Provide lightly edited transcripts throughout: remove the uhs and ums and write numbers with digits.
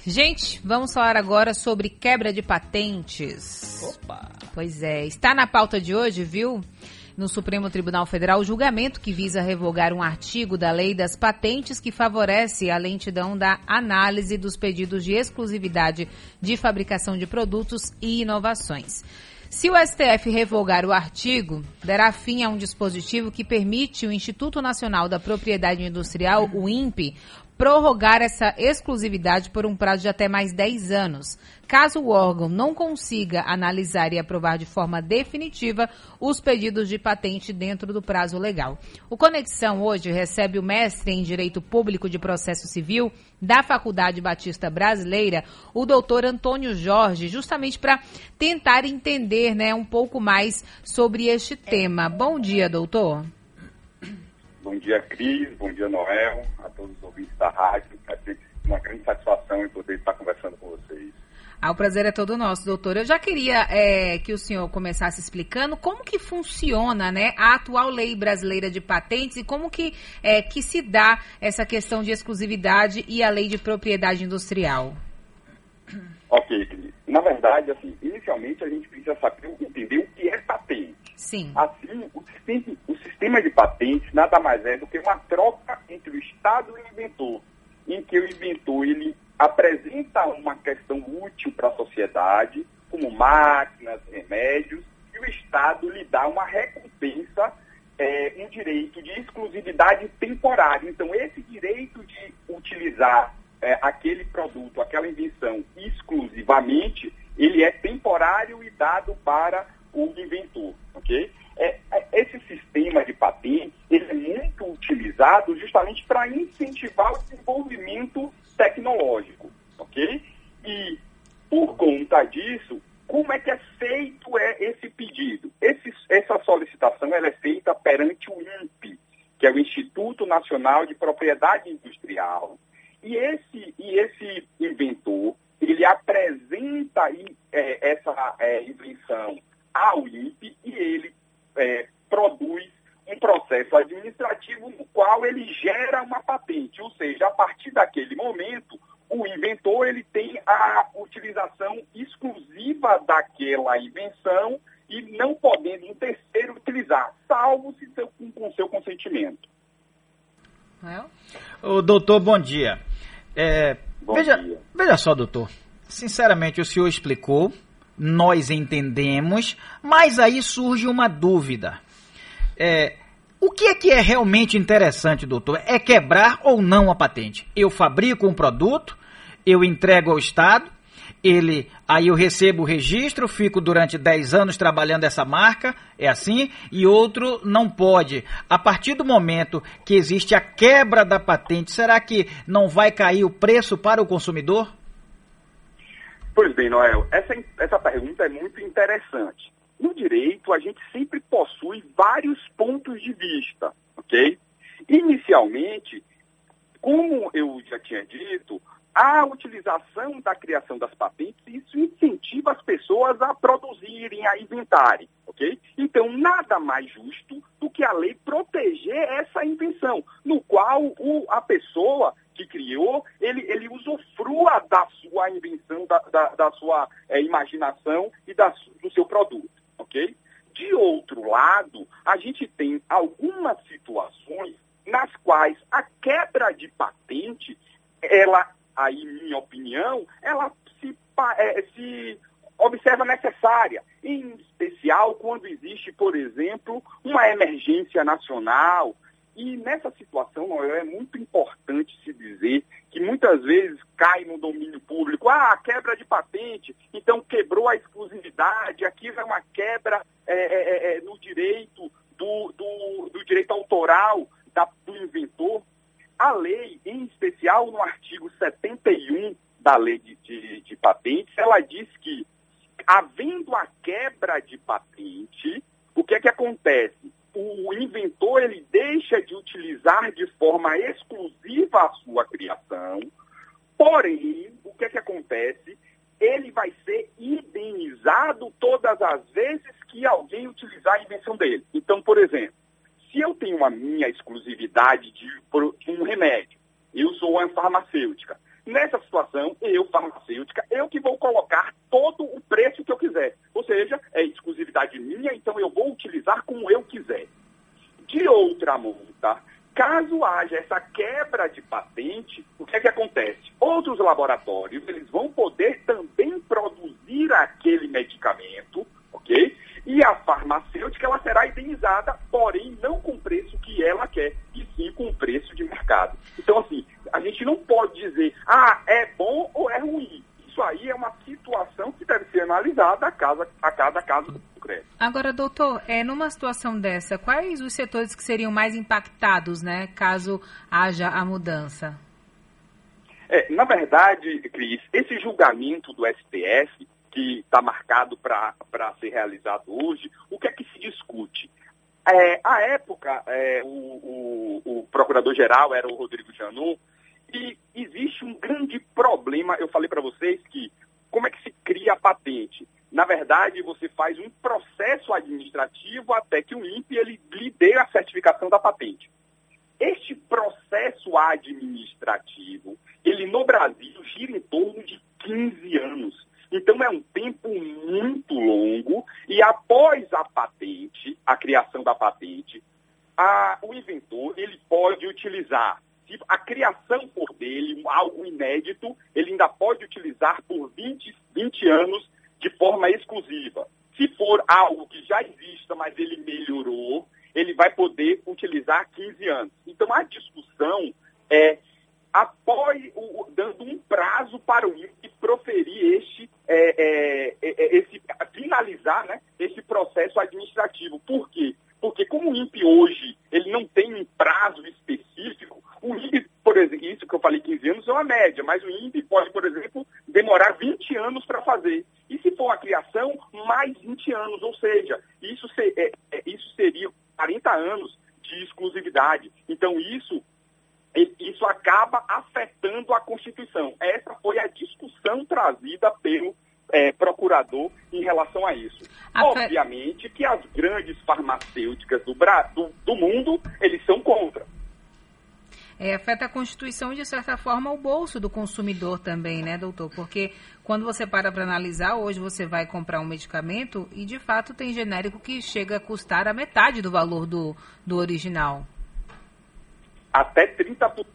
Gente, vamos falar agora sobre quebra de patentes. Opa! Pois é, está na pauta de hoje, viu? No Supremo Tribunal Federal, o julgamento que visa revogar um artigo da Lei das Patentes que favorece a lentidão da análise dos pedidos de exclusividade de fabricação de produtos e inovações. Se o STF revogar o artigo, dará fim a um dispositivo que permite o Instituto Nacional da Propriedade Industrial, o INPE, prorrogar essa exclusividade por um prazo de até mais 10 anos, caso o órgão não consiga analisar e aprovar de forma definitiva os pedidos de patente dentro do prazo legal. O Conexão hoje recebe o mestre em Direito Público de Processo Civil da Faculdade Batista Brasileira, o doutor Antônio Jorge, justamente para tentar entender, um pouco mais sobre este tema. Bom dia, doutor. Bom dia, Cris. Bom dia, Noel. A todos os ouvintes da rádio. É uma grande satisfação em poder estar conversando com vocês. O prazer é todo nosso, doutor. Eu já queria que o senhor começasse explicando como que funciona, a atual lei brasileira de patentes e como que se dá essa questão de exclusividade e a lei de propriedade industrial. Ok, Cris. Na verdade, inicialmente a gente precisa saber entender o que é patente. Sim. Assim, o sistema de patentes nada mais é do que uma troca entre o Estado e o inventor, em que o inventor ele apresenta uma questão útil para a sociedade, como máquinas, remédios, e o Estado lhe dá uma recompensa, um direito de exclusividade temporária. Então, esse direito de utilizar aquele produto, aquela invenção exclusivamente, ele é temporário e dado para o inventor, ok? Esse sistema de patentes, ele é muito utilizado justamente para incentivar o desenvolvimento tecnológico, ok? E, por conta disso, como é que é feito esse pedido? Essa solicitação ela é feita perante o INPE, que é o Instituto Nacional de Propriedade Industrial, e esse inventor, ele apresenta essa invenção ao INPE e ele produz um processo administrativo no qual ele gera uma patente, ou seja, a partir daquele momento, o inventor ele tem a utilização exclusiva daquela invenção e não podendo um terceiro utilizar, salvo se com seu consentimento. Doutor, bom dia. Bom dia. Veja só, doutor, sinceramente o senhor explicou, nós entendemos, mas aí surge uma dúvida. O que é realmente interessante, doutor? É quebrar ou não a patente? Eu fabrico um produto, eu entrego ao Estado, aí eu recebo o registro, fico durante 10 anos trabalhando essa marca, é assim, e outro não pode. A partir do momento que existe a quebra da patente, será que não vai cair o preço para o consumidor? Pois bem, Noel, essa pergunta é muito interessante. No direito, a gente sempre possui vários pontos de vista, ok? Inicialmente, como eu já tinha dito, a utilização da criação das patentes, isso incentiva as pessoas a produzirem, a inventarem, ok? Então, nada mais justo do que a lei proteger essa invenção, no qual a pessoa que criou, ele usufrua da sua invenção, da sua imaginação e do seu produto, ok? De outro lado, a gente tem algumas situações nas quais a quebra de patente, aí, minha opinião, ela se observa necessária, em especial quando existe, por exemplo, uma emergência nacional. E nessa situação, Noel, é muito importante se dizer que muitas vezes cai no domínio público, quebra de patente, então quebrou a exclusividade, aquilo é uma quebra no direito do direito autoral do inventor. A lei, em especial no artigo 71 da lei de patentes, ela diz que, havendo a quebra de patente, o que é que acontece? O inventor ele deixa de utilizar de forma exclusiva a sua criação, porém, o que é que acontece? Ele vai ser indenizado todas as vezes que alguém utilizar a invenção dele. Então, por exemplo, se eu tenho a minha exclusividade de um remédio, eu sou uma farmacêutica, Nessa situação, eu, farmacêutica, eu que vou colocar todo o preço que eu quiser. Ou seja, é exclusividade minha, então eu vou utilizar como eu quiser. De outra monta, caso haja essa quebra de patente, o que é que acontece? Outros laboratórios, eles vão poder também produzir aquele medicamento, ok? E a farmacêutica, ela será indenizada, porém não com o preço que ela quer, e sim com o preço de mercado. Então, assim, a gente não pode dizer, é bom ou é ruim. Isso aí é uma situação que deve ser analisada a cada caso concreto. Agora, doutor, numa situação dessa, quais os setores que seriam mais impactados, né, caso haja a mudança? Na verdade, Cris, esse julgamento do STF, que está marcado para ser realizado hoje, o que é que se discute? À época, o procurador-geral era o Rodrigo Janot, e existe um grande problema. Eu falei para vocês que como é que se cria a patente? Na verdade, você faz um processo administrativo até que o INPE ele lhe dê a certificação da patente. Este processo administrativo, ele no Brasil gira em torno de 15 anos. Então, é um tempo muito longo e após a patente, a criação da patente, o inventor ele pode utilizar a criação por dele, algo inédito, ele ainda pode utilizar por 20 anos de forma exclusiva. Se for algo que já exista, mas ele melhorou, ele vai poder utilizar 15 anos. Então, a discussão é dando um prazo para o INPE proferir finalizar, né, esse processo administrativo. Por quê? Porque como o INPE hoje ele não tem um prazo específico, o INPE, por exemplo, isso que eu falei 15 anos é uma média, mas o INPE pode, por exemplo, demorar 20 anos para fazer. E se for a criação, mais 20 anos, ou seja, isso seria 40 anos de exclusividade. Então, isso acaba afetando a Constituição. Essa foi a discussão trazida pelo procurador em relação a isso. Obviamente que as grandes farmacêuticas do mundo, eles são contra. Afeta a Constituição e, de certa forma, o bolso do consumidor também, né, doutor? Porque quando você para analisar, hoje você vai comprar um medicamento e, de fato, tem genérico que chega a custar a metade do valor do original. Até 30%.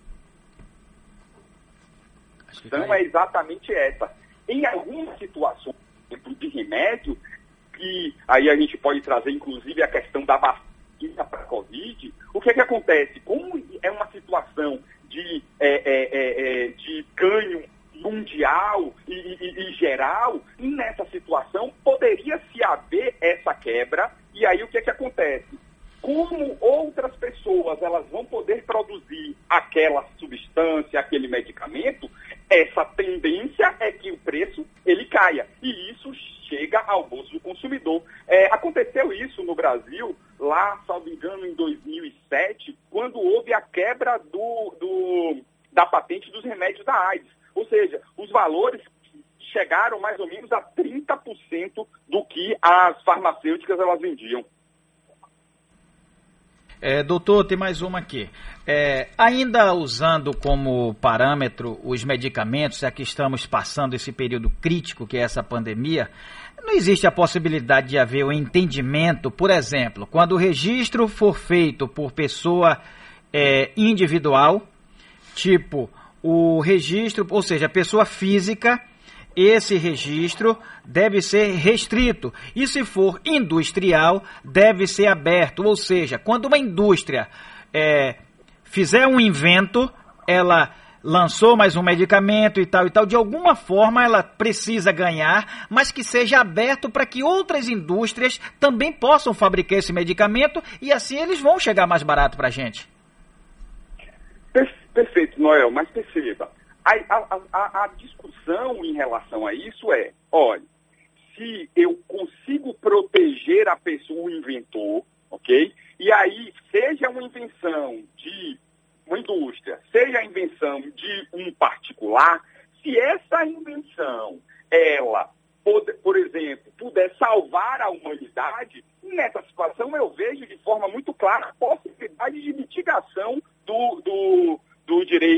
Então, é exatamente essa. Em algumas situações, por exemplo, de remédio, que aí a gente pode trazer, inclusive, a questão da vacina para a Covid, o que é que acontece? Como é uma situação de ganho mundial e geral, nessa situação poderia se haver essa quebra, e aí o que é que acontece? Como outras pessoas elas vão poder produzir aquela substância, aquele medicamento, essa tendência é que o preço ele caia. E isso chega ao bolso do consumidor. Aconteceu isso no Brasil, lá, salvo engano, em 2007, quando houve a quebra da patente dos remédios da AIDS. Ou seja, os valores chegaram mais ou menos a 30% do que as farmacêuticas elas vendiam. Doutor, tem mais uma aqui. Ainda usando como parâmetro os medicamentos, já que estamos passando esse período crítico que é essa pandemia, não existe a possibilidade de haver um entendimento, por exemplo, quando o registro for feito por pessoa individual, tipo o registro, ou seja, pessoa física, esse registro deve ser restrito. E se for industrial, deve ser aberto. Ou seja, quando uma indústria fizer um invento, ela lançou mais um medicamento e tal, de alguma forma ela precisa ganhar, mas que seja aberto para que outras indústrias também possam fabricar esse medicamento e assim eles vão chegar mais barato para a gente. Perfeito, Noel, mas perceba. A discussão em relação a isso olha, se eu consigo proteger a pessoa, o inventor, ok? E aí, seja uma invenção de uma indústria, seja a invenção de um particular, se essa invenção, ela, por exemplo, puder salvar a humanidade, nessa situação eu vejo de forma muito clara a possibilidade de mitigação do direito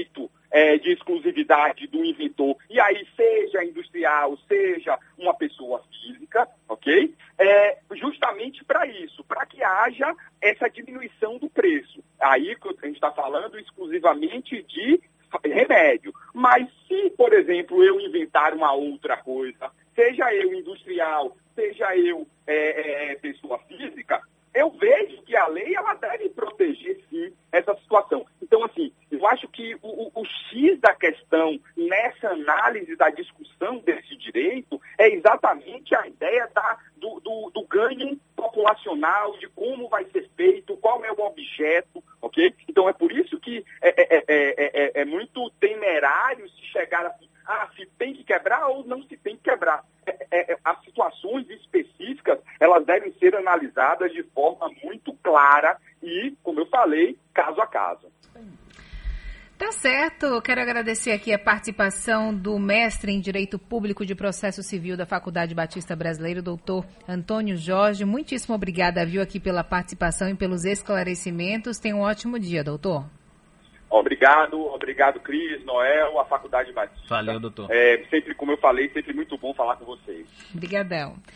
de exclusividade do inventor, e aí seja industrial, seja uma pessoa física, ok? Justamente para isso, para que haja essa diminuição do preço. Aí a gente está falando exclusivamente de remédio. Mas se, por exemplo, eu inventar uma outra coisa, seja eu industrial, seja eu pessoa física, eu vejo que a lei ela deve proteger, sim, essa situação. Então, assim, eu acho que o X da questão nessa análise da discussão desse direito é exatamente a ideia do ganho populacional, de como vai ser feito, qual é o objeto, ok? Então, é por isso que é muito temerário se chegar assim, se tem que quebrar ou não se tem que quebrar. As situações específicas, elas devem ser analisadas de forma muito clara e, como eu falei, caso a caso. Tá certo. Quero agradecer aqui a participação do mestre em Direito Público de Processo Civil da Faculdade Batista Brasileira, doutor Antônio Jorge. Muitíssimo obrigada, viu, aqui pela participação e pelos esclarecimentos. Tenha um ótimo dia, doutor. Obrigado, Cris, Noel, a Faculdade Batista. Valeu, doutor. Sempre, como eu falei, sempre muito bom falar com vocês. Obrigadão.